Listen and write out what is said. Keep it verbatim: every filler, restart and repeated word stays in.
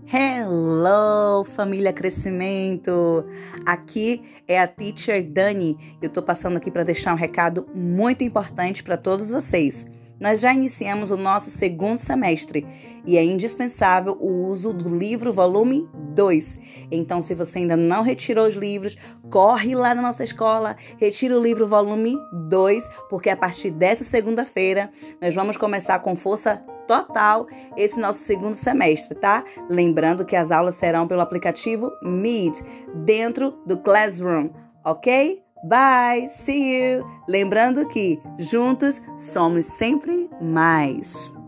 Hello, família Crescimento! Aqui é a Teacher Dani. Eu tô passando aqui para deixar um recado muito importante para todos vocês. Nós já iniciamos o nosso segundo semestre e é indispensável o uso do livro volume dois. Então, se você ainda não retirou os livros, corre lá na nossa escola, retira o livro volume dois, porque a partir dessa segunda-feira nós vamos começar com força total esse nosso segundo semestre, tá? Lembrando que as aulas serão pelo aplicativo Meet, dentro do Classroom, ok? Bye, see you! Lembrando que juntos somos sempre mais.